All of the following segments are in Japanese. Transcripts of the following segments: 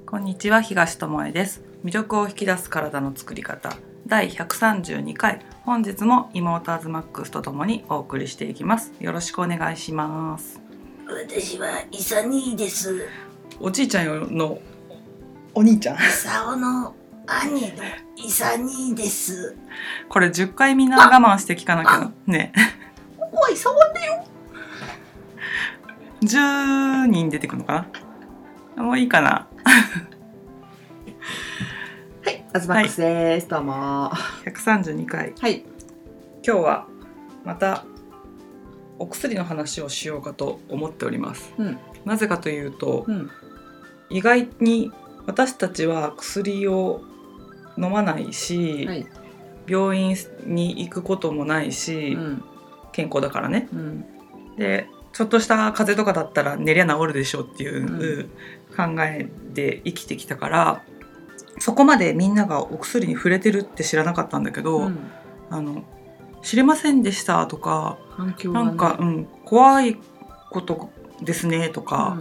こんにちは、東智恵です。魅力を引き出す体の作り方第132回、本日も妹アズマックスとともにお送りしていきます。よろしくお願いします。 私はイサニーです。 おじいちゃんのお兄ちゃん、 イサオの兄のイサニーです。 これ10回みんな我慢して聞かなきゃね。 おい、触ってよ。 10人出てくるのかな。もういいかな。 はい、アズマックスです、どうも。 132回、 はい。 今日はまたお薬の話をしようかと思っております。なぜかというと、意外に私たちは薬を飲まないし、病院に行くこともないし、健康だからね、でちょっとした風邪とかだったら寝りゃ治るでしょっていう考えで生きてきたから、そこまでみんながお薬に触れてるって知らなかったんだけど、知りませんでしたとか、なんか、怖いことですねとか、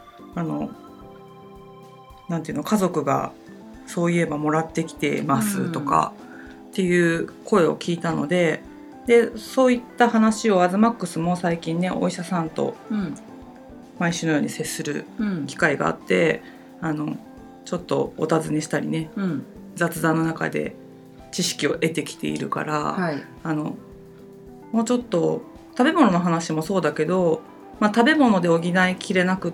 なんていうの、家族がそういえばもらってきてますとかっていう声を聞いたので、そういった話をアズマックスも最近ね、お医者さんと毎週のように接する機会があって、ちょっとお尋ねしたりね、雑談の中で知識を得てきているから、もうちょっと食べ物の話もそうだけど、食べ物で補いきれなくって、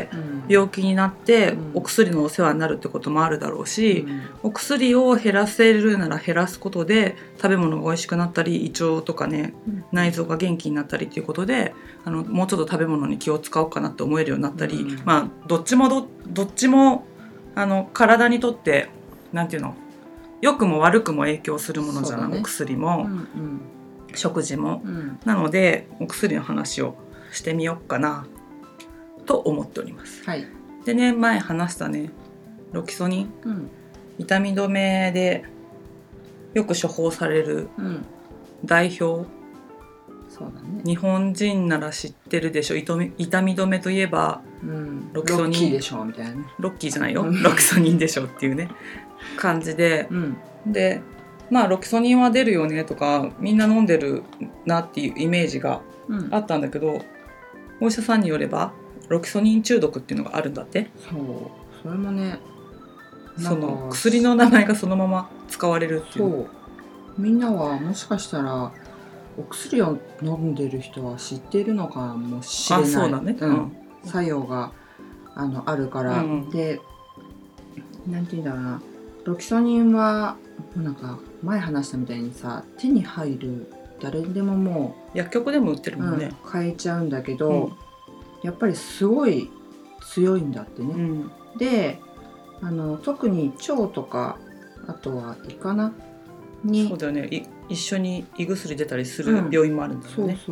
病気になってお薬のお世話になるってこともあるだろうし、お薬を減らせるなら減らすことで食べ物が美味しくなったり、胃腸とかね、内臓が元気になったりっていうことで、もうちょっと食べ物に気を使おうかなって思えるようになったり、どっちも体にとってなんていうの、良くも悪くも影響するものじゃない、お薬も、食事も、なのでお薬の話をしてみようかなと思っております。でね、前話したね、ロキソニン、痛み止めでよく処方される代表、日本人なら知ってるでしょ。痛み止めといえば、ロキソニン、 ロッキーでしょみたいなね。 ロッキーじゃないよ、ロキソニンでしょっていうね感じで、でロキソニンは出るよねとか、みんな飲んでるなっていうイメージがあったんだけど、お医者さんによればロキソニン中毒っていうのがあるんだって。 それもね、 その薬の名前がそのまま使われるっていう。 みんなはもしかしたらお薬を飲んでる人は知っているのかもしれない。 そうだね、 作用があるから、で、なんていうんだろうな、ロキソニンはなんか前話したみたいにさ、手に入る、誰でももう薬局でも売ってるもんね、 買えちゃうんだけど、やっぱりすごい強いんだってね、で特に腸とか、あとは胃かなに、 そうだよね、一緒に胃薬出たりする病院もあるんだよね、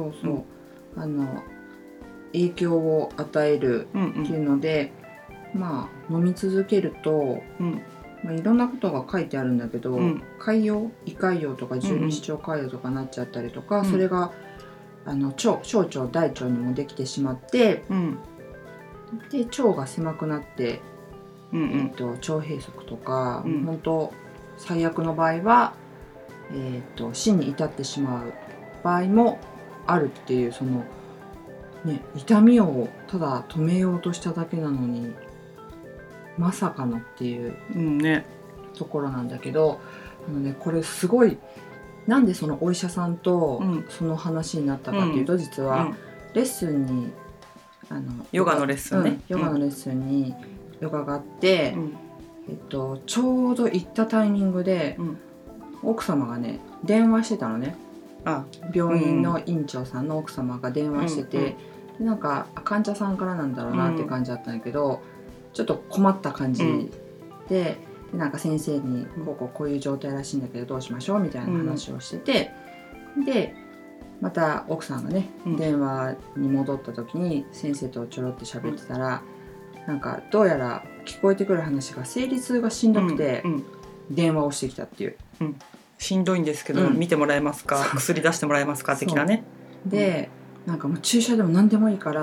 影響を与えるっていうので、飲み続けると、いろんなことが書いてあるんだけど、胃潰瘍とか十二指腸潰瘍とかなっちゃったりとか、それが小腸大腸にもできてしまって、で腸が狭くなって、腸閉塞とか、本当最悪の場合は、死に至ってしまう場合もあるっていう、そのね、痛みをただ止めようとしただけなのにまさかのっていうところなんだけど、これすごい、なんでそのお医者さんとその話になったかっていうと、実はレッスンにヨガのレッスンね、 ヨガのレッスンにヨガがあって、ちょうど行ったタイミングで、奥様がね電話してたのね。病院の院長さんの奥様が電話してて、でなんか患者さんからなんだろうなって感じだったんだけど、ちょっと困った感じで、なんか先生にこういう状態らしいんだけどどうしましょうみたいな話をしてて、でまた奥さんがね、電話に戻った時に先生とちょろって喋ってたら、なんかどうやら聞こえてくる話が生理痛がしんどくて電話をしてきたっていう、 しんどいんですけど、見てもらえますか、薬出してもらえますか的なね。 でなんかもう注射でも何でもいいから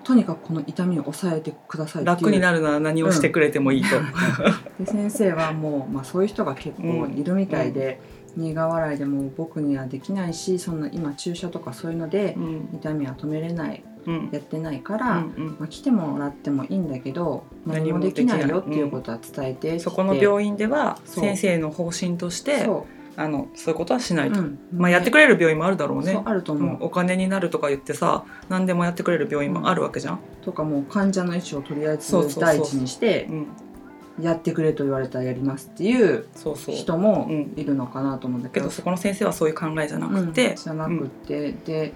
とにかくこの痛みを抑えてくださいっていう、 楽になるなら何をしてくれてもいいと、 で先生はもう、そういう人が結構いるみたいで、苦笑いでも僕にはできないし、そんな今注射とかそういうので痛みは止めれない、やってないから、来てもらってもいいんだけど何もできないよっていうことは伝えて、 そこの病院では先生の方針としてそういうことはしないと、やってくれる病院もあるだろうね。 そうあると思う、 お金になるとか言ってさ何でもやってくれる病院もあるわけじゃん、 とかもう患者の意思をとりあえず第一にしてやってくれと言われたらやりますっていう人もいるのかなと思うんだけど、 そこの先生はそういう考えじゃなくて、 で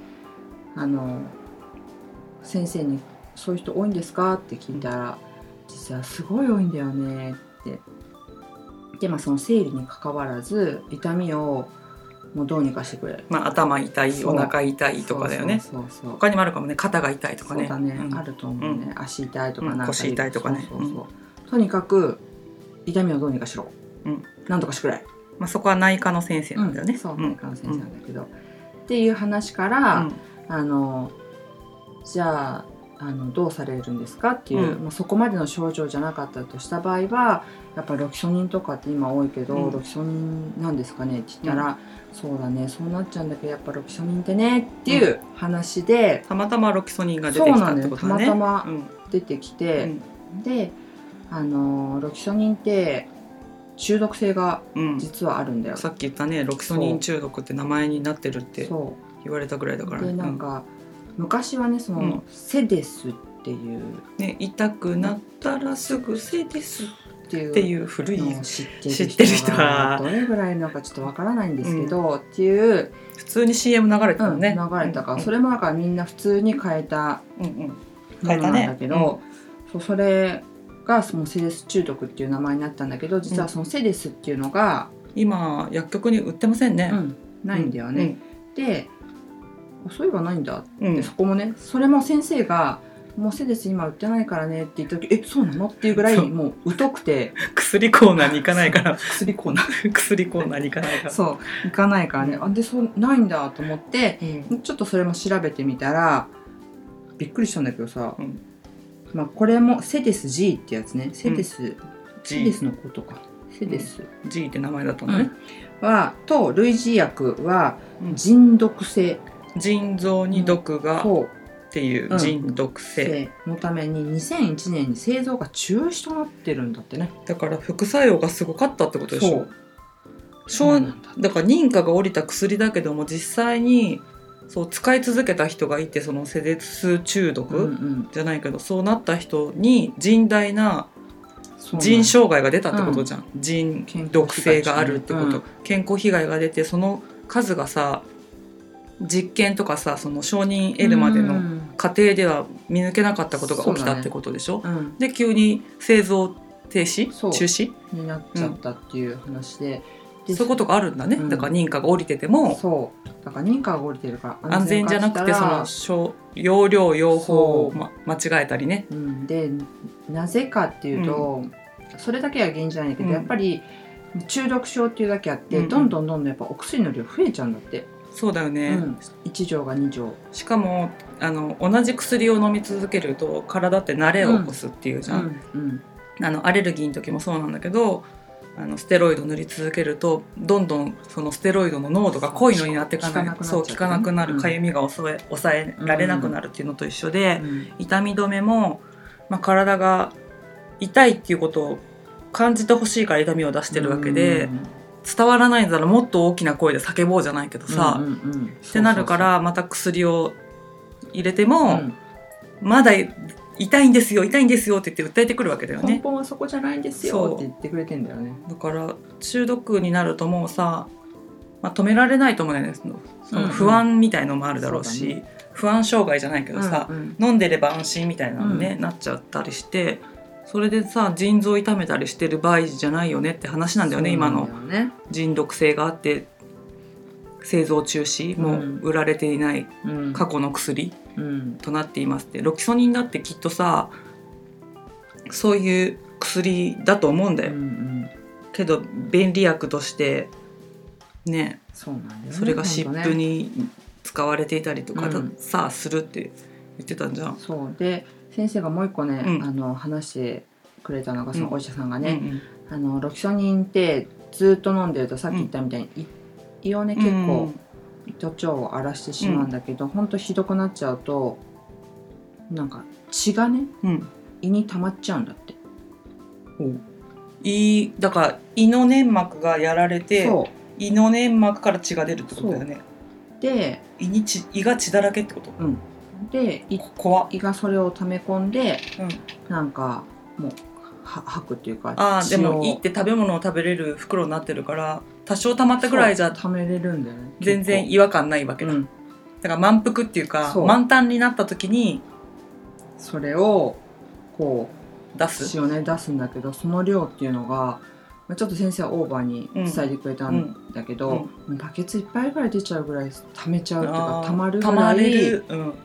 先生にそういう人多いんですかって聞いたら、実はすごい多いんだよねって。でその生理に関わらず痛みをもうどうにかしてくれる、 頭痛い、お腹痛いとかだよね。他にもあるかもね、肩が痛いとかね。 そうだね、あると思うね、足痛いとかなんか腰痛いとかね。 とにかく痛みをどうにかしろ、なんとかしてくれ。 そこは内科の先生なんだよね。 そう、内科の先生なんだけど、っていう話から、じゃあどうされるんですかっていう、そこまでの症状じゃなかったとした場合はやっぱロキソニンとかって今多いけど、ロキソニンなんですかねって言ったら、そうだね、そうなっちゃうんだけどやっぱロキソニンってねっていう話で、 たまたまロキソニンが出てきたってことだね。 たまたま出てきて、でロキソニンって中毒性が実はあるんだよ、 さっき言ったね、ロキソニン中毒って名前になってるって言われたぐらいだからね。 でなんか、昔はねその、セデスっていう、 痛くなったらすぐセデスっていう古いのを知ってる人はどれぐらいのかちょっとわからないんですけど、っていう普通に CM 流れてたのね、 流れたから、それもだからみんな普通に変えたものなんだけど、それがそのセデス中毒っていう名前になったんだけど、実はそのセデスっていうのが今薬局に売ってませんね、 ないんだよね。でそういえばないんだって、そこもね、それも先生がもうセデス今売ってないからねって言った時、そうなのっていうぐらいもう疎くて、 薬コーナーに行かないから薬コーナーに行かないからそう行かないからね、でそうないんだと思って、ちょっとそれも調べてみたらびっくりしたんだけどさ、これもセデス G ってやつね、セデスのことか、セデス G って名前だったのね、 と類似薬は腎毒性、 腎臓に毒がっていう腎毒性のために2001年に製造が中止となってるんだってね。 だから副作用がすごかったってことでしょ。だから認可が下りた薬だけども実際にそう使い続けた人がいて、そのセデス中毒じゃないけど、そうなった人に甚大な腎障害が出たってことじゃん、腎毒性があるってこと、健康被害が出て、その数がさ実験とかさ、その承認得るまでの過程では見抜けなかったことが起きたってことでしょ、で急に製造停止中止になっちゃったっていう話で、 そういうことがあるんだね、だから認可が下りてても、 だから認可が下りてるから安全じゃなくて、その用量用法を、間違えたりね、 でなぜかっていうと、それだけは原因じゃないんだけど、やっぱり中毒症っていうだけあって、どんどんやっぱお薬の量増えちゃうんだって。 そうだよね、 1錠が2錠。しかも同じ薬を飲み続けると体って慣れを起こすっていうじゃん、アレルギーの時もそうなんだけど、ステロイド塗り続けるとどんどんそのステロイドの濃度が濃いのになっていかない、効かなくなる、かゆみが抑えられなくなるっていうのと一緒で、痛み止めも、体が痛いっていうことを感じてほしいから痛みを出してるわけで、伝わらないならもっと大きな声で叫ぼうじゃないけどさ、ってなるからまた薬を入れても、まだ痛いんですよ痛いんですよって言って訴えてくるわけだよね。 根本はそこじゃないんですよって言ってくれてんだよね。 だから中毒になるともうさ、止められないと思うんだよね。その不安みたいのもあるだろうし、不安障害じゃないけどさ、飲んでれば安心みたいなのね、なっちゃったりして、それでさ腎臓痛めたりしてる場合じゃないよねって話なんだよね。今の腎毒性があって製造中止、もう売られていない過去の薬となっていますって。ロキソニンだってきっとさそういう薬だと思うんだよ、けど便利薬としてね、それが湿布に使われていたりとかさ、するって言ってたんじゃん。 そうで先生がもう一個ね、話してくれたのがそのお医者さんがね、ロキソニンってずっと飲んでるとさっき言ったみたいに、胃をね結構胃と腸を荒らしてしまうんだけど、ほんとひどくなっちゃうとなんか血がね、胃に溜まっちゃうんだって。 だから胃の粘膜がやられて、胃の粘膜から血が出るってことだよね。 で胃が血だらけってこと？ で胃がそれを溜め込んで、なんかもう吐くっていうか、 でも胃って食べ物を食べれる袋になってるから多少溜まったぐらいじゃ溜めれるんだよね。 全然違和感ないわけだ。だから満腹っていうか満タンになった時にそれをこう出す血をね出すんだけど、その量っていうのがちょっと先生はオーバーに伝えてくれたんだけど、バケツいっぱいぐらい出ちゃうぐらい溜めちゃうっていうか、溜まるぐらい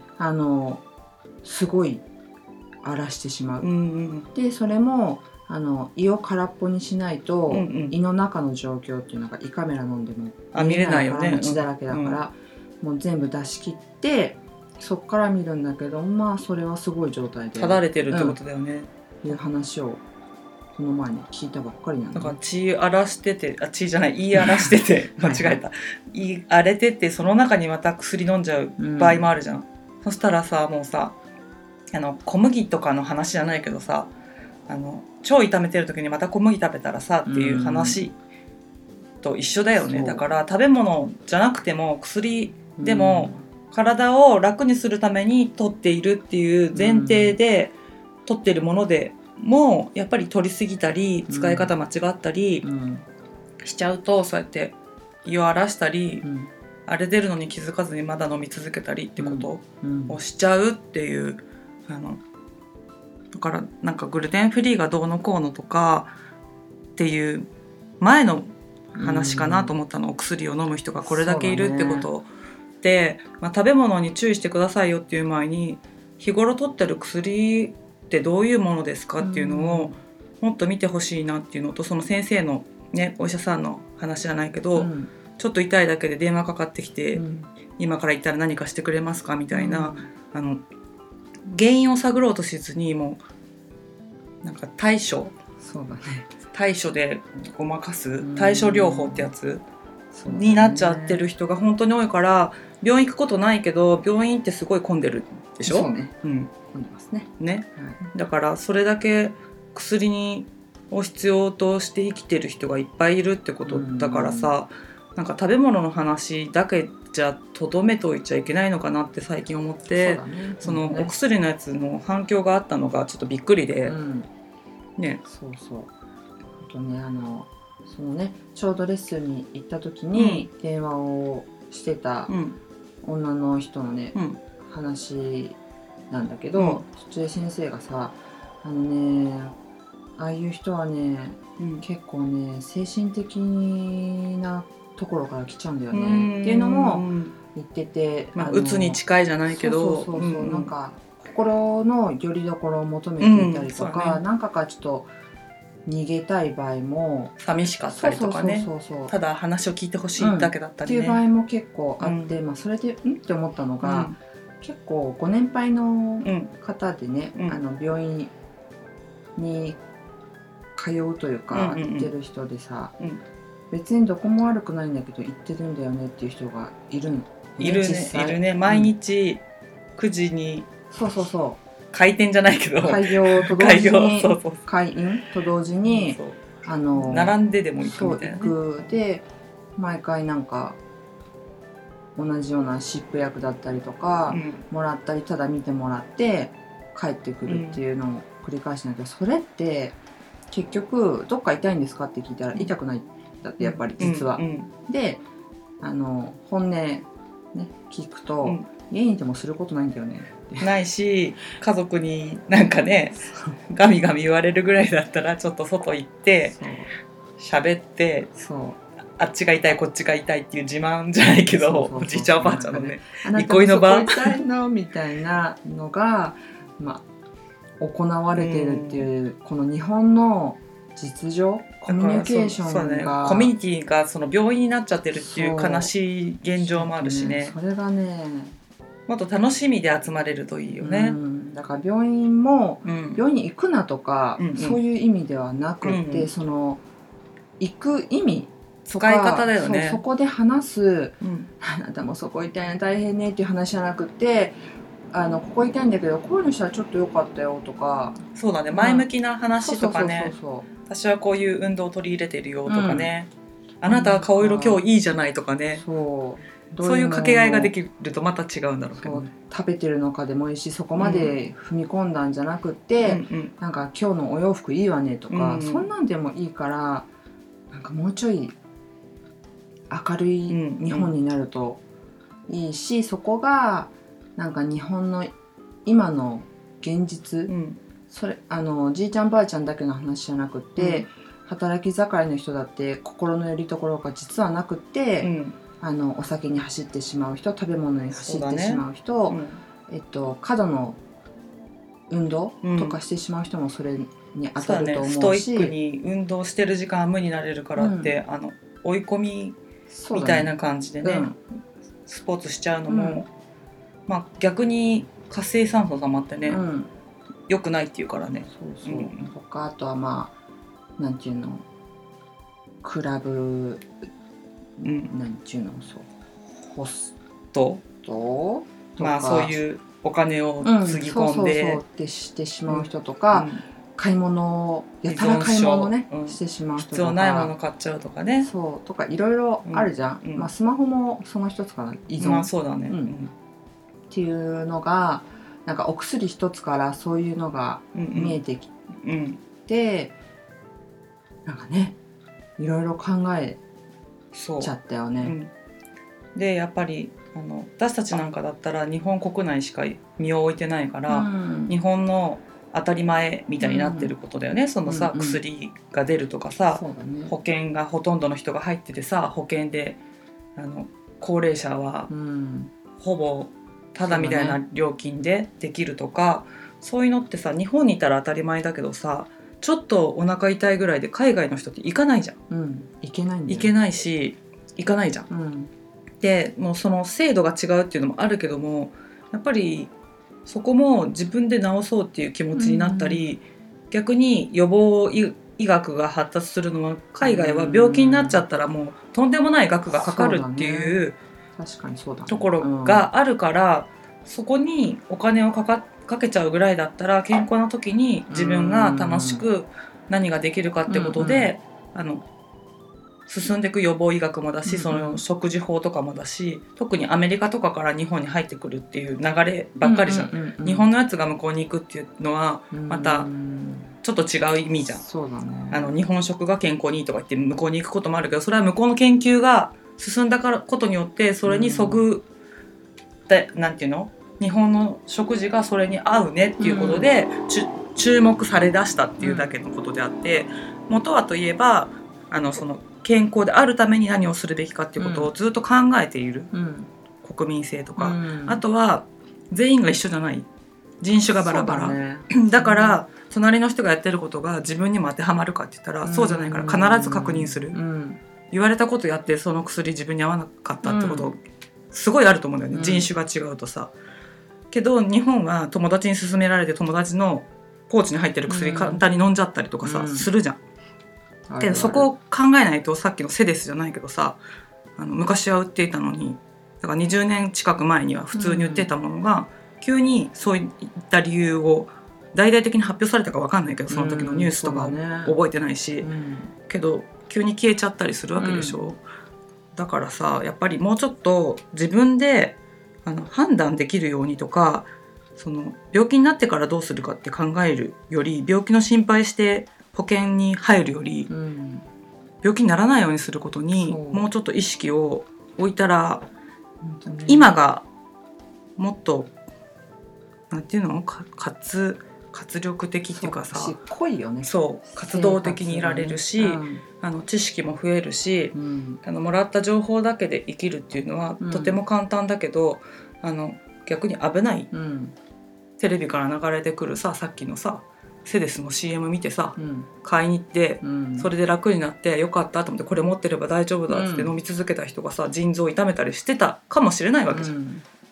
すごい荒らしてしまう。でそれも胃を空っぽにしないと、胃の中の状況っていうのが胃カメラ飲んでも見れないよね。 血だらけだから、もう全部出し切ってそっから見るんだけど、まあそれはすごい状態でただれてるってことだよね。 いう話をこの前に聞いたばっかりなんだから血荒らしてて血じゃない胃荒らしてて間違えた胃荒れててその中にまた薬飲んじゃう場合もあるじゃん。そしたらさもうさ小麦とかの話じゃないけどさ腸痛めてる時にまた小麦食べたらさっていう話と一緒だよね。だから食べ物じゃなくても薬でも体を楽にするために取っているっていう前提で取っているものでもやっぱり取りすぎたり使い方間違ったりしちゃうと、そうやって胃を荒らしたり、荒れてるのに気づかずにまだ飲み続けたりってことをしちゃうっていうだからなんかグルテンフリーがどうのこうのとかっていう前の話かなと思ったの。お薬を飲む人がこれだけいるってことで、食べ物に注意してくださいよっていう前に日頃取ってる薬ってどういうものですかっていうのをもっと見てほしいなっていうのと、その先生のねお医者さんの話じゃないけど、ちょっと痛いだけで電話かかってきて、今から行ったら何かしてくれますかみたいな、原因を探ろうとしずにもうなんか対処でごまかす対処療法ってやつになっちゃってる人が本当に多いから、病院行くことないけど病院ってすごい混んでるでしょ。 そうね、混んでますね。 だからそれだけ薬を必要として生きてる人がいっぱいいるってことだからさ、なんか食べ物の話だけじゃとどめておいちゃいけないのかなって最近思って、そのお薬のやつの反響があったのがちょっとびっくりで、ね。 そうあとねそのねちょうどレッスンに行った時に電話をしてた女の人のね、話なんだけど、そっちで先生がさああいう人はね、結構ね精神的なところから来ちゃうんだよねっていうのも言ってて、 うつに近いじゃないけど、 なんか心の拠り所を求めていたりとか、なんかちょっと逃げたい場合も寂しかったりとかね、ただ話を聞いてほしいだけだったりね、 っていう場合も結構あって、それでって思ったのが、結構ご年配の方でね、病院に通うというか行ってる人でさ、別にどこも悪くないんだけど行ってるんだよねっていう人がいるね。毎日9時に開店じゃないけど開業と同時に開院と同時に並んででも行くみたいな、 で毎回なんか同じような湿布薬だったりとかもらったり、ただ見てもらって帰ってくるっていうのを繰り返しなきゃ、それって結局どっか痛いんですかって聞いたら痛くないだってやっぱり実は、で本音ね聞くと、家にいてもすることないんだよねないし、家族になんかねガミガミ言われるぐらいだったらちょっと外行って喋って、あっちが痛いこっちが痛いっていう自慢じゃないけど、おじいちゃんおばあちゃんのね憩いの場痛いのみたいなのが行われてるっていう、この日本の実情、コミュニケーションが、 コミュニティがその病院になっちゃってるっていう悲しい現状もあるしね。 それがね、 もっと楽しみで集まれるといいよね。 だから病院も、病院に行くなとか、そういう意味ではなくて、その行く意味とか使い方だよね。 そこで話す、あなたもそこ痛いね大変ねっていう話じゃなくて、ここ痛いんだけどこういうのしたらちょっと良かったよとか、 そうだね、前向きな話とかね、私はこういう運動を取り入れてるよとかね、あなたは顔色今日いいじゃないとかね、そういう掛け合いができるとまた違うんだろうけどね。 食べてるのかでもいいし、そこまで踏み込んだんじゃなくて、なんか今日のお洋服いいわねとか、そんなんでもいいから、なんかもうちょい明るい日本になるといいし、そこがなんか日本の今の現実、それじいちゃんばあちゃんだけの話じゃなくて、働き盛りの人だって心の拠り所が実はなくて、お酒に走ってしまう人、食べ物に走ってしまう人、過度の運動とかしてしまう人もそれに当たると思うし、 ストイックに運動してる時間は無になれるからって、追い込みみたいな感じでね、スポーツしちゃうのも、逆に活性酸素溜まってね、良くないっていうからね。 とか、あとはなんていうの、クラブ、なんていうの、ホストとか、 そういうお金をつぎ込んでってしてしまう人とか、買い物をやたら買い物ね、してしまう人とか、 必要ないもの買っちゃうとかね、 とかいろいろあるじゃん。スマホもその一つかな、依存。 そうだね。 っていうのが、なんかお薬一つからそういうのが見えてきて、なんかね、いろいろ考えちゃったよね。 でやっぱり私たちなんかだったら日本国内しか身を置いてないから、日本の当たり前みたいになってることだよね。そのさ、薬が出るとかさ、保険がほとんどの人が入っててさ、保険で高齢者はほぼただみたいな料金でできるとか、そういうのってさ、日本にいたら当たり前だけどさ、ちょっとお腹痛いぐらいで海外の人って行かないじゃん。 行けないんだよ。 行けないし行かないじゃん。でもうその制度が違うっていうのもあるけども、やっぱりそこも自分で治そうっていう気持ちになったり、逆に予防医学が発達するのは、海外は病気になっちゃったらもうとんでもない額がかかるっていうところがあるから、そこにお金をかけちゃうぐらいだったら、健康な時に自分が楽しく何ができるかってことで、進んでいく予防医学もだし、その食事法とかもだし、特にアメリカとかから日本に入ってくるっていう流ればっかりじゃん。日本のやつが向こうに行くっていうのはまたちょっと違う意味じゃん。 そうだね。 日本食が健康にいいとか言って向こうに行くこともあるけど、それは向こうの研究が進んだことによって、それにそぐってなんていうの、日本の食事がそれに合うねっていうことで、注目されだしたっていうだけのことであって、元はといえばその健康であるために何をするべきかっていうことをずっと考えている、国民性とか、あとは全員が一緒じゃない、人種がバラバラ だから、隣の人がやってることが自分にも当てはまるかって言ったら、そうじゃないから必ず確認する、言われたことやってその薬自分に合わなかったってことすごいあると思うんだよね、人種が違うとさ。けど日本は友達に勧められて友達のポーチに入ってる薬簡単に飲んじゃったりとかさ、するじゃん。けどそこを考えないと、さっきのセデスじゃないけどさ、昔は売っていたのに、だから20年近く前には普通に売ってたものが、急にそういった理由を大々的に発表されたか分かんないけど、その時のニュースとか覚えてないし、けど急に消えちゃったりするわけでしょ。だからさ、やっぱりもうちょっと自分で判断できるようにとか、その病気になってからどうするかって考えるより、病気の心配して保険に入るより、病気にならないようにすることにもうちょっと意識を置いたら、今がもっとなんていうの、活力的っていうかさ、 濃いよね。 そう活動的にいられるし、知識も増えるし、もらった情報だけで生きるっていうのはとても簡単だけど、逆に危ない、テレビから流れてくるさ、さっきのさセデスの CM 見てさ、買いに行って、それで楽になってよかったと思って、これ持ってれば大丈夫だって飲み続けた人がさ、腎臓を痛めたりしてたかもしれないわけじゃん。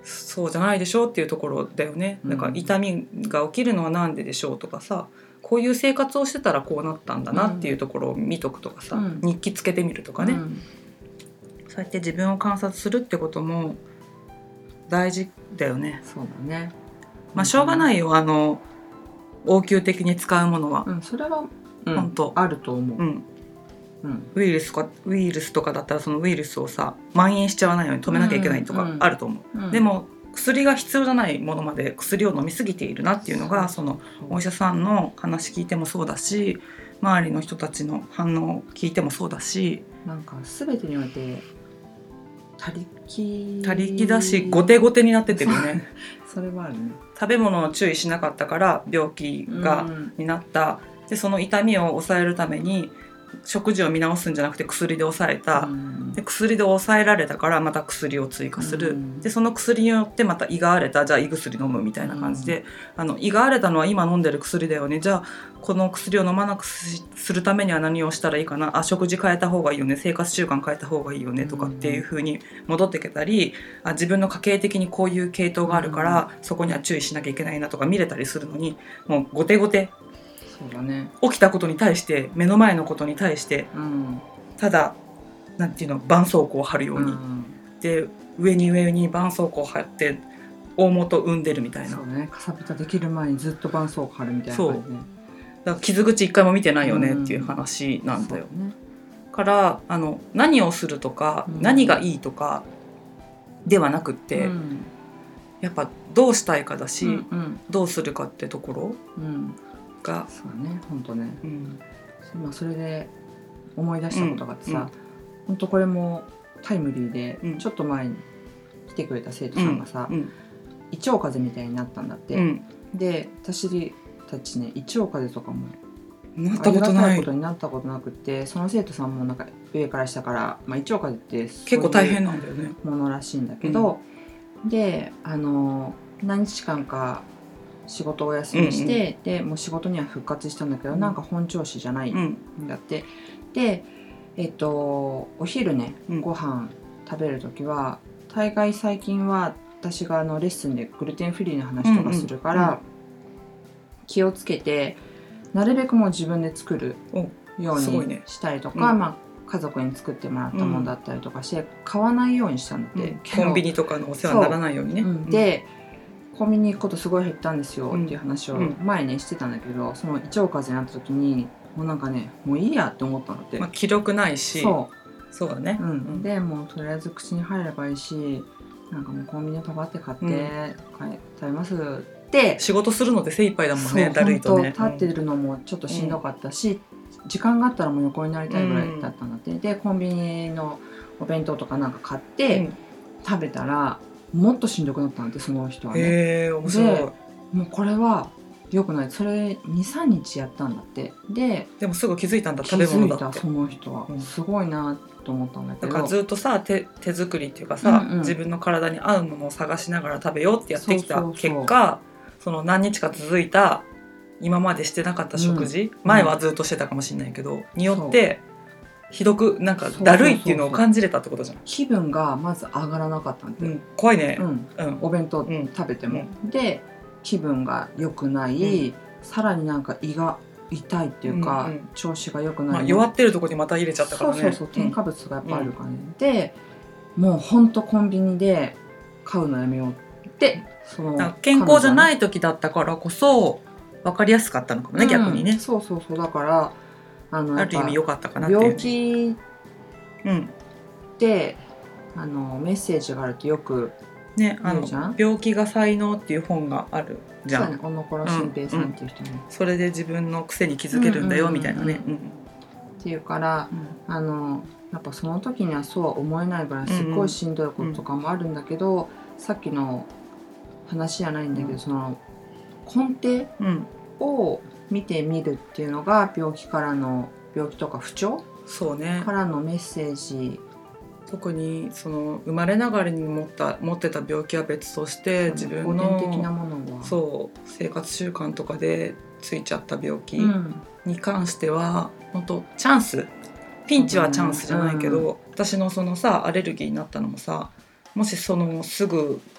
そうじゃないでしょっていうところだよね。だから痛みが起きるのはなんででしょうとかさ、こういう生活をしてたらこうなったんだなっていうところを見とくとかさ、日記つけてみるとかね、そうやって自分を観察するってことも大事だよね。 そうだね。 まあしょうがないよ、応急的に使うものは、 それは本当あると思う。 ウイルスとかだったらそのウイルスをさ蔓延しちゃわないように止めなきゃいけないとかあると思う、でも薬が必要じゃないものまで薬を飲みすぎているなっていうのが、そのお医者さんの話聞いてもそうだし、周りの人たちの反応を聞いてもそうだし、 なんか全てにおいて他力だし後手後手になっててるよねそれはあるね。 食べ物を注意しなかったから病気になった、でその痛みを抑えるために食事を見直すんじゃなくて薬で抑えた、で薬で抑えられたからまた薬を追加する、でその薬によってまた胃が荒れた、じゃあ胃薬飲むみたいな感じで、胃が荒れたのは今飲んでる薬だよね、じゃあこの薬を飲まなくするためには何をしたらいいかな、食事変えた方がいいよね、生活習慣変えた方がいいよねとかっていう風に戻っていけたり、自分の家系的にこういう系統があるからそこには注意しなきゃいけないなとか見れたりするのに、もう後手後手、 そうだね、 起きたことに対して目の前のことに対して、ただなんていうの、絆創膏を貼るように、で上に絆創膏を貼って大元を生んでるみたいな。 そうね、かさぶたできる前にずっと絆創膏貼るみたいな感じね。 そうだから傷口一回も見てないよねっていう話なんだよ、から何をするとか、何がいいとかではなくって、やっぱどうしたいかだし、どうするかってところが、 そうね、本当ね、それで思い出したことがあってさ、本当これもタイムリーで、ちょっと前に来てくれた生徒さんがさ、胃腸風邪みたいになったんだって、で私たちね、胃腸風邪とかもなったことない、 ことになったことなくて、その生徒さんもなんか上から下から、胃腸風邪って結構大変なんだよね、 ものらしいんだけど、で何日間か仕事をお休みして、でもう仕事には復活したんだけど、なんか本調子じゃないんだって、でお昼ね、ご飯食べる時は大概最近は私がレッスンでグルテンフリーの話とかするから、気をつけてなるべくもう自分で作るようにしたりとか、家族に作ってもらったものだったりとかして買わないようにしたんだって、 コンビニとかのお世話にならないようにね。 でコンビニ行くことすごい減ったんですよっていう話を前ねしてたんだけど、その胃腸風邪になった時にもうなんかね、もういいやって思ったので、 気力ないし、そうだね、 でもうとりあえず口に入ればいいし、なんかもうコンビニでパパって買って食べますって仕事するので精一杯だもんね、だるいとね。 立ってるのもちょっとしんどかったし、時間があったらもう横になりたいぐらいだったんだって、でコンビニのお弁当とかなんか買って食べたらもっとしんどくなったんで、その人はね。 面白い。 でもうこれは良くない、それ 2,3 日やったんだって。でもすぐ気づいたんだ、食べ物だって。 気づいた、その人は、すごいなと思ったんだけど、 だからずっとさ手作りっていうかさ、自分の体に合うものを探しながら食べようってやってきた結果、その何日か続いた今までしてなかった食事、前はずっとしてたかもしれないけど、によってひどくなんかだるいっていうのを感じれたってことじゃん。 気分がまず上がらなかったんで、 怖いね、 お弁当食べても、で気分が良くない、さらになんか胃が痛いっていうか、調子が良くない、 弱ってるとこにまた入れちゃったからね。 添加物がやっぱあるからね、でもうほんとコンビニで買うのやめようって、その健康じゃない時だったからこそ分かりやすかったのかもね、逆にね。 そうだからある意味良かったかなっていう、ね、 病気ってメッセージがあるとよくね、病気が才能っていう本があるじゃん。 そうね、小野頃新平さんっていう人ね、 それで自分の癖に気づけるんだよみたいなね。 っていうから、やっぱその時にはそうは思えないぐらいすっごいしんどいこととかもあるんだけど、さっきの話じゃないんだけど、その根底を見てみるっていうのが病気とか不調からのメッセージ。 特にその生まれながらに持ってた病気は別として、自分の的なものは生活習慣とかでついちゃった病気に関しては、本当チャンス、ピンチはチャンスじゃないけど、私のそのさアレルギーになったのもさ、もしそのすぐ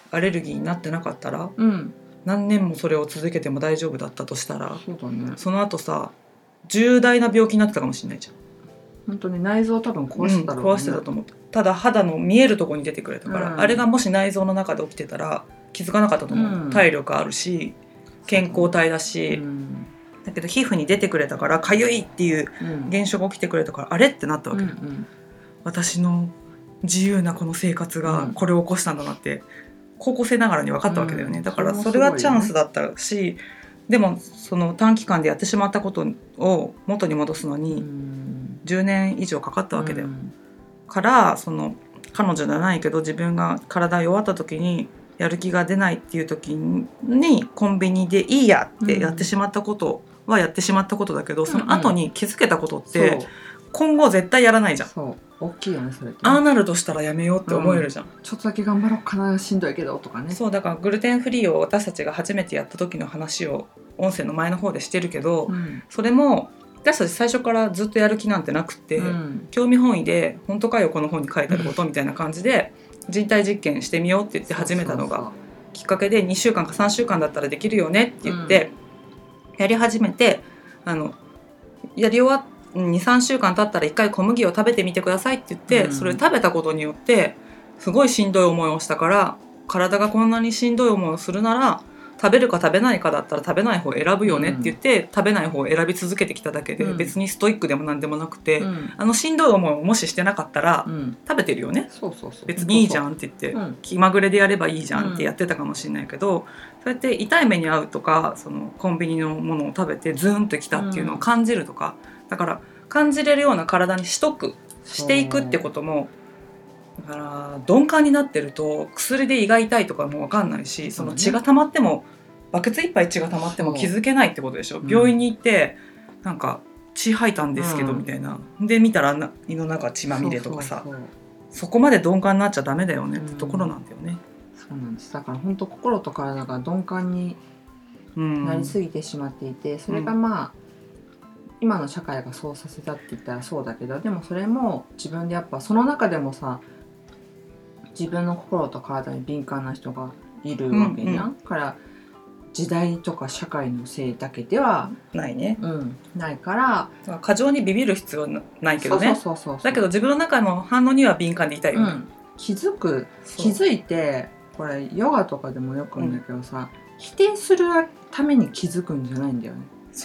アレルギーになってなかったら、 うん、 何年もそれを続けても大丈夫だったとしたら、 そうだね、 その後さ重大な病気になってたかもしれないじゃん。 本当に内臓多分壊してたろうね、 壊してたと思う。ただ肌の見えるところに出てくれたから、あれがもし内臓の中で起きてたら気づかなかったと思う、体力あるし健康体だし、だけど皮膚に出てくれたからかゆいっていう現象が起きてくれたから、あれってなったわけ、私の自由なこの生活がこれを起こしたんだなって高校生ながらに分かったわけだよね、だからそれはチャンスだったし、でもその短期間でやってしまったことを元に戻すのに10年以上かかったわけだよ、からその彼女じゃないけど自分が体弱った時にやる気が出ないっていう時にコンビニでいいやってやってしまったことはやってしまったことだけど、その後に気づけたことって今後絶対やらないじゃん。 そう大きいよねそれって、ね、 ああなるとしたらやめようって思えるじゃん、 ちょっとだけ頑張ろうかなしんどいけどとかね。 そうだからグルテンフリーを私たちが初めてやった時の話を音声の前の方でしてるけど、それも私たち最初からずっとやる気なんてなくって、興味本位で本当かよこの本に書いてあることみたいな感じで人体実験してみようって言って始めたのがきっかけで、2週間か3週間だったらできるよねって言ってやり始めて、やり終わって 2,3 週間経ったら1回小麦を食べてみてくださいって言って、それを食べたことによってすごいしんどい思いをしたから、体がこんなにしんどい思いをするなら食べるか食べないかだったら食べない方を選ぶよねって言って、食べない方を選び続けてきただけで、別にストイックでもなんでもなくて、しんどい思いをもししてなかったら、食べてるよね、別にいいじゃんって言って、気まぐれでやればいいじゃんってやってたかもしれないけど、そうやって痛い目に遭うとかそのコンビニのものを食べてズーンときたっていうのを感じるとか、だから感じれるような体にしていくってことも、だから鈍感になってると薬で胃が痛いとかも分かんないし、その血が溜まってもバケツ一杯血が溜まっても気づけないってことでしょ。病院に行ってなんか血吐いたんですけどみたいな、で見たら胃の中血まみれとかさ、そこまで鈍感になっちゃダメだよねってところなんだよね。 そうなんです。だから本当心と体が鈍感になりすぎてしまっていて、それがまあ今の社会がそうさせたって言ったらそうだけど、でもそれも自分でやっぱその中でもさ、自分の心と体に敏感な人がいるわけじゃん、から時代とか社会のせいだけではないね、 ないから過剰にビビる必要はないけどね。だけど自分の中の反応には敏感でいたいよね、 気づいて、これヨガとかでもよく言うんだけどさ、否定するために気づくんじゃないんだよね。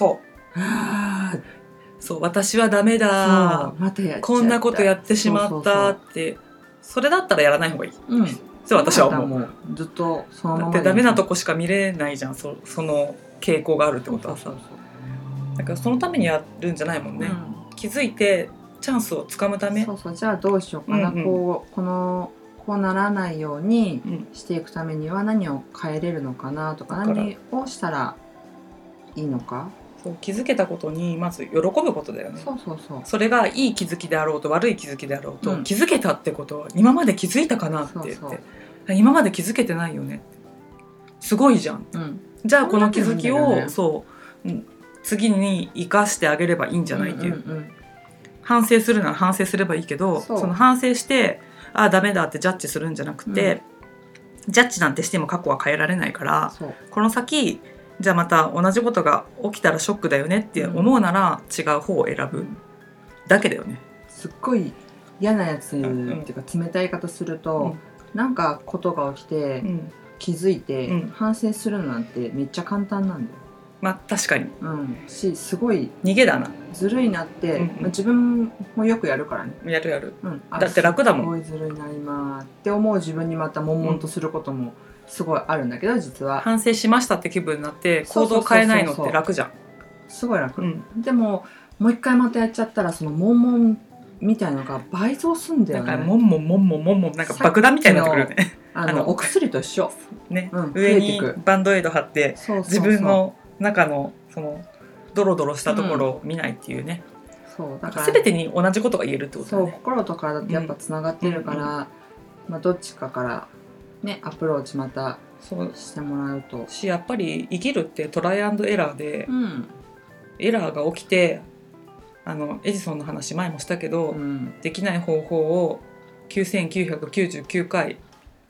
そう私はダメだ、またこんなことやってしまったって、それだったらやらない方がいい、そう私は思う。 ずっとそのままだってダメなとこしか見れないじゃん、その傾向があるってことはさ。だからそのためにやるんじゃないもんね、気づいてチャンスをつかむため。 じゃあどうしようかな、こうならないようにしていくためには何を変えれるのかなとか、何をしたらいいのか、 そう気づけたことにまず喜ぶことだよね。それがいい気づきであろうと悪い気づきであろうと、気づけたってことは今まで気づいたかなって言って、今まで気づけてないよね、すごいじゃん、じゃあこの気づきを次に生かしてあげればいいんじゃないっていう、反省するなら反省すればいいけど、その反省してダメだってジャッジするんじゃなくて、ジャッジなんてしても過去は変えられないから、この先じゃあまた同じことが起きたらショックだよねって思うなら違う方を選ぶだけだよね。 すっごい嫌なやつっていうか冷たい言い方すると、なんかことが起きて気づいて反省するのなんてめっちゃ簡単なんだよ。 まあ確かに、 すごい逃げだな、 ずるいなって、自分もよくやるからね。 やる、だって楽だもん。 すごいずるいな今って思う自分にまた悶々とすることもすごいあるんだけど、実は反省しましたって気分になって行動変えないのって楽じゃん。 すごい楽、でももう一回またやっちゃったらその悶々みたいなのが倍増すんだよね。 なんか悶々なんか爆弾みたいになってくるよね。 お薬と一緒ね、上にバンドエイド貼って自分の中のそのドロドロしたところを見ないっていうね、だから全てに同じことが言えるってことだね。 心と体ってやっぱつながってるから、どっちかからねアプローチまたしてもらうとやっぱり生きるってトライアンドエラーで、エラーが起きてエジソンの話前もしたけど、できない方法を9999回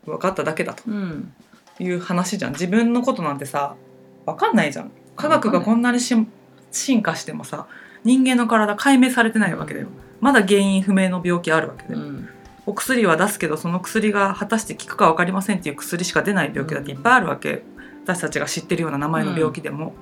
分かっただけだという話じゃん。自分のことなんてさ分かんないじゃん。科学がこんなに進化してもさ人間の体解明されてないわけだよ。まだ原因不明の病気あるわけで、お薬は出すけどその薬が果たして効くか分かりませんっていう薬しか出ない病気だっていっぱいあるわけ。私たちが知ってるような名前の病気でも、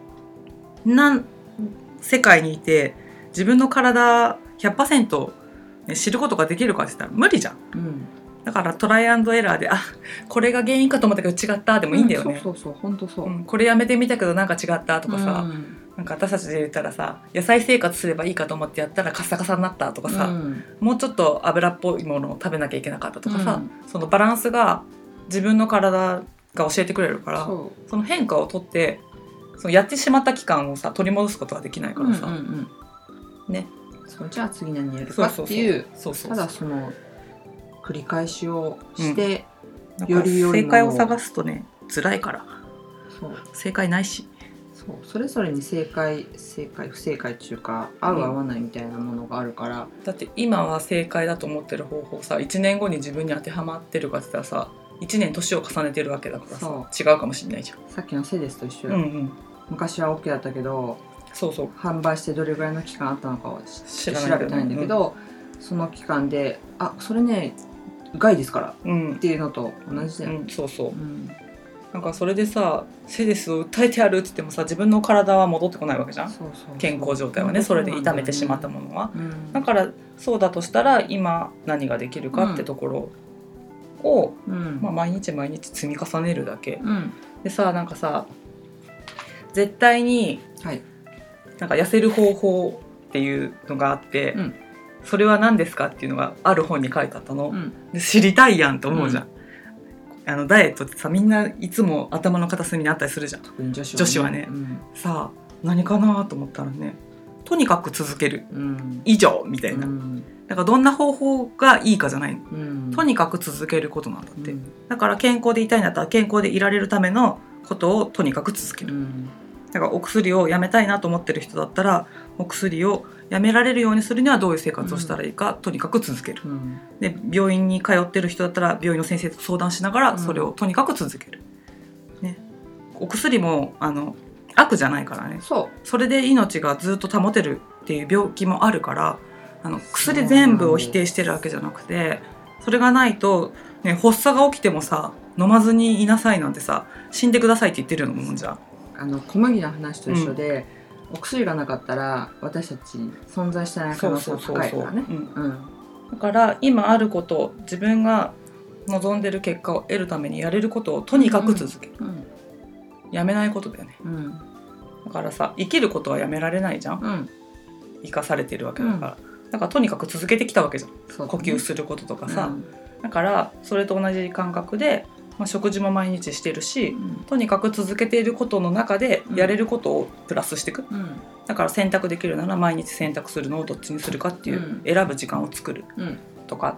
世界にいて自分の体 100%、ね、知ることができるかって言ったら無理じゃん、だからトライアンドエラーでこれが原因かと思ったけど違ったでもいいんだよね、 そう本当そう、 これやめてみたけどなんか違ったとかさ、なんか私たちで言ったらさ野菜生活すればいいかと思ってやったらカッサカサになったとかさ、もうちょっと油っぽいものを食べなきゃいけなかったとかさ、そのバランスが自分の体が教えてくれるから、その変化をとってそのやってしまった期間をさ取り戻すことはできないからさ、ね、 じゃあ次何やるかっていうただその繰り返しをして、より良いものを正解を探すとね辛いから、正解ないし、 それぞれに正解不正解っていうか合う合わないみたいなものがあるから、 だって今は正解だと思ってる方法さ1年後に自分に当てはまってるかって言ったらさ1年年を重ねてるわけだからさ違うかもしれないじゃん。 さっきのセデスと一緒よ、昔は OK だったけど販売してどれぐらいの期間あったのかは調べてないんだけど、その期間でそれね害ですから、っていうのと同じだよ、 なんかそれでさセデスを訴えてやるって言ってもさ自分の体は戻ってこないわけじゃん。健康状態はねそれで痛めてしまったものは、だからそうだとしたら今何ができるかってところを、毎日毎日積み重ねるだけ、でさなんかさ絶対に、なんか痩せる方法っていうのがあって、それは何ですかっていうのがある本に書いてあったの、で知りたいやんと思うじゃん、ダイエットってさみんないつも頭の片隅にあったりするじゃん、特に女子はね、さあ何かなと思ったらねとにかく続ける、以上みたいな、だからどんな方法がいいかじゃないの、とにかく続けることなんだって、だから健康でいたいんだったら健康でいられるためのことをとにかく続ける、だからお薬をやめたいなと思ってる人だったらお薬をやめられるようにするにはどういう生活をしたらいいか、とにかく続ける、で病院に通ってる人だったら病院の先生と相談しながらそれをとにかく続ける、お薬も悪じゃないからね、それで命がずっと保てるっていう病気もあるから、薬全部を否定してるわけじゃなくて、それがないと、発作が起きてもさ飲まずにいなさいなんてさ死んでくださいって言ってるようなもんじゃん。 小麦の話と一緒で、お薬がなかったら私たち存在してない可能性が高いからね。 だから今あること自分が望んでる結果を得るためにやれることをとにかく続ける、やめないことだよね、だからさ生きることはやめられないじゃん、生かされてるわけだから、だからとにかく続けてきたわけじゃん、呼吸することとかさ、だからそれと同じ感覚で、食事も毎日してるし、とにかく続けていることの中でやれることをプラスしていく、だから選択できるなら毎日選択するのをどっちにするかっていう、選ぶ時間を作るとか、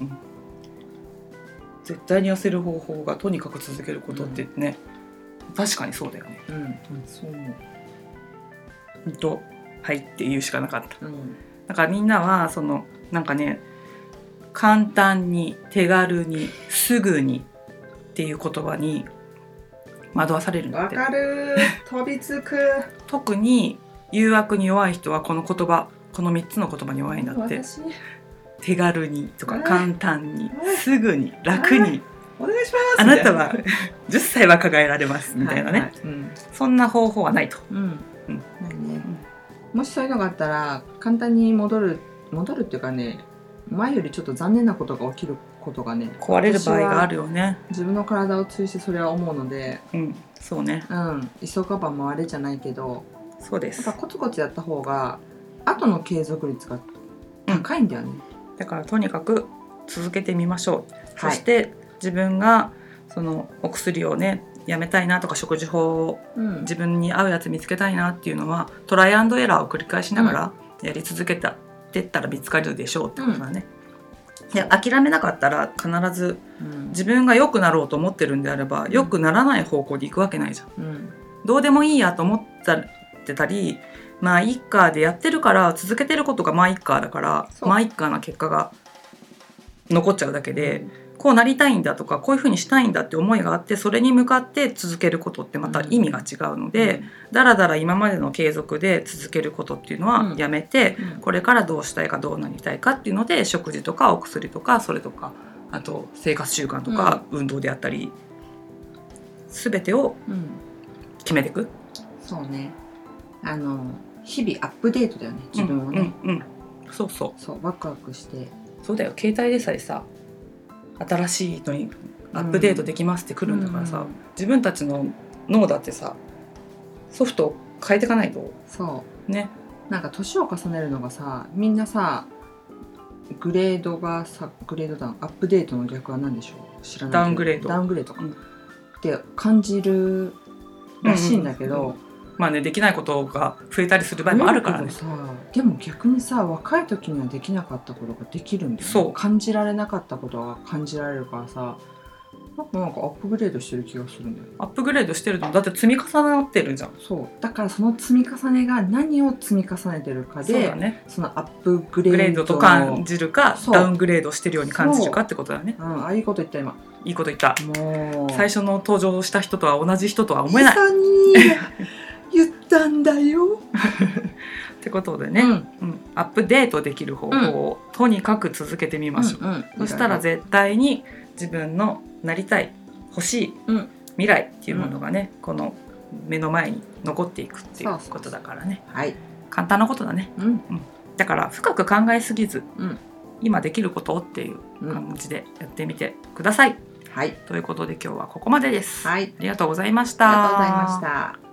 絶対に痩せる方法がとにかく続けることってね、確かにそうだよね、 そうはいって言うしかなかった、だからみんなはそのなんかね簡単に手軽にすぐにっていう言葉に惑わされるんだって。 わかる飛びつく特に誘惑に弱い人はこの言葉この3つの言葉に弱いんだって。手軽にとか簡単にすぐに楽にお願いします、 あなたは10歳若返られますみたいなね、そんな方法はないと、 もしそういうのがあったら簡単に戻るっていうかね、前よりちょっと残念なことが起きることがね、 壊れる場合があるよね。 自分の体を通じてそれは思うので、 そうね、 急がば回れじゃないけど、 そうです。 やっぱコツコツやった方が後の継続率が高いんだよね、 だからとにかく続けてみましょう、そして自分がそのお薬をねやめたいなとか食事法を自分に合うやつ見つけたいなっていうのは、トライアンドエラーを繰り返しながらやり続けてったら見つかるでしょうってことだね、で諦めなかったら必ず自分が良くなろうと思ってるんであれば良くならない方向に行くわけないじゃん、どうでもいいやと思ってたり、まあいっかでやってるから続けてることがまあいっかだからまあいっかな結果が残っちゃうだけで、 こうなりたいんだとかこういうふうにしたいんだって思いがあってそれに向かって続けることってまた意味が違うので、だらだら今までの継続で続けることっていうのはやめて、これからどうしたいかどうなりたいかっていうので食事とかお薬とかそれとかあと生活習慣とか運動であったり、全てを決めていく。 そうね、日々アップデートだよね、自分をね。 そうそうそう、ワクワクして。 そうだよ、携帯でさえさ新しいのにアップデートできますってくるんだからさ、自分たちの脳だってさソフトを変えていかないと。 そうね、 なんか年を重ねるのがさ、みんなさグレードダウン、アップデートの逆は何でしょう、知らないけど。ダウングレードか、って感じるらしいんだけど、 まあね、できないことが増えたりする場合もあるからね。 でも逆にさ、若い時にはできなかったことができるんだよね。そう、感じられなかったことが感じられるからさ、なんかアップグレードしてる気がするんだよね。 アップグレードしてるのだって積み重なってるじゃん。 そうだからその積み重ねが何を積み重ねてるかで、 そうだね、 そのアップグレードと感じるかダウングレードしてるように感じるかってことだね。 あ、いいこと言った今。 いいこと言った。もう最初の登場した人とは同じ人とは思えない。 言ったんだよってことでね、アップデートできる方法をとにかく続けてみましょう。そしたら絶対に自分のなりたい欲しい未来っていうものがね、この目の前に残っていくっていうことだからね。簡単なことだね。だから深く考えすぎず、今できることっていう感じでやってみてください。ということで今日はここまでです。ありがとうございました。 ありがとうございました。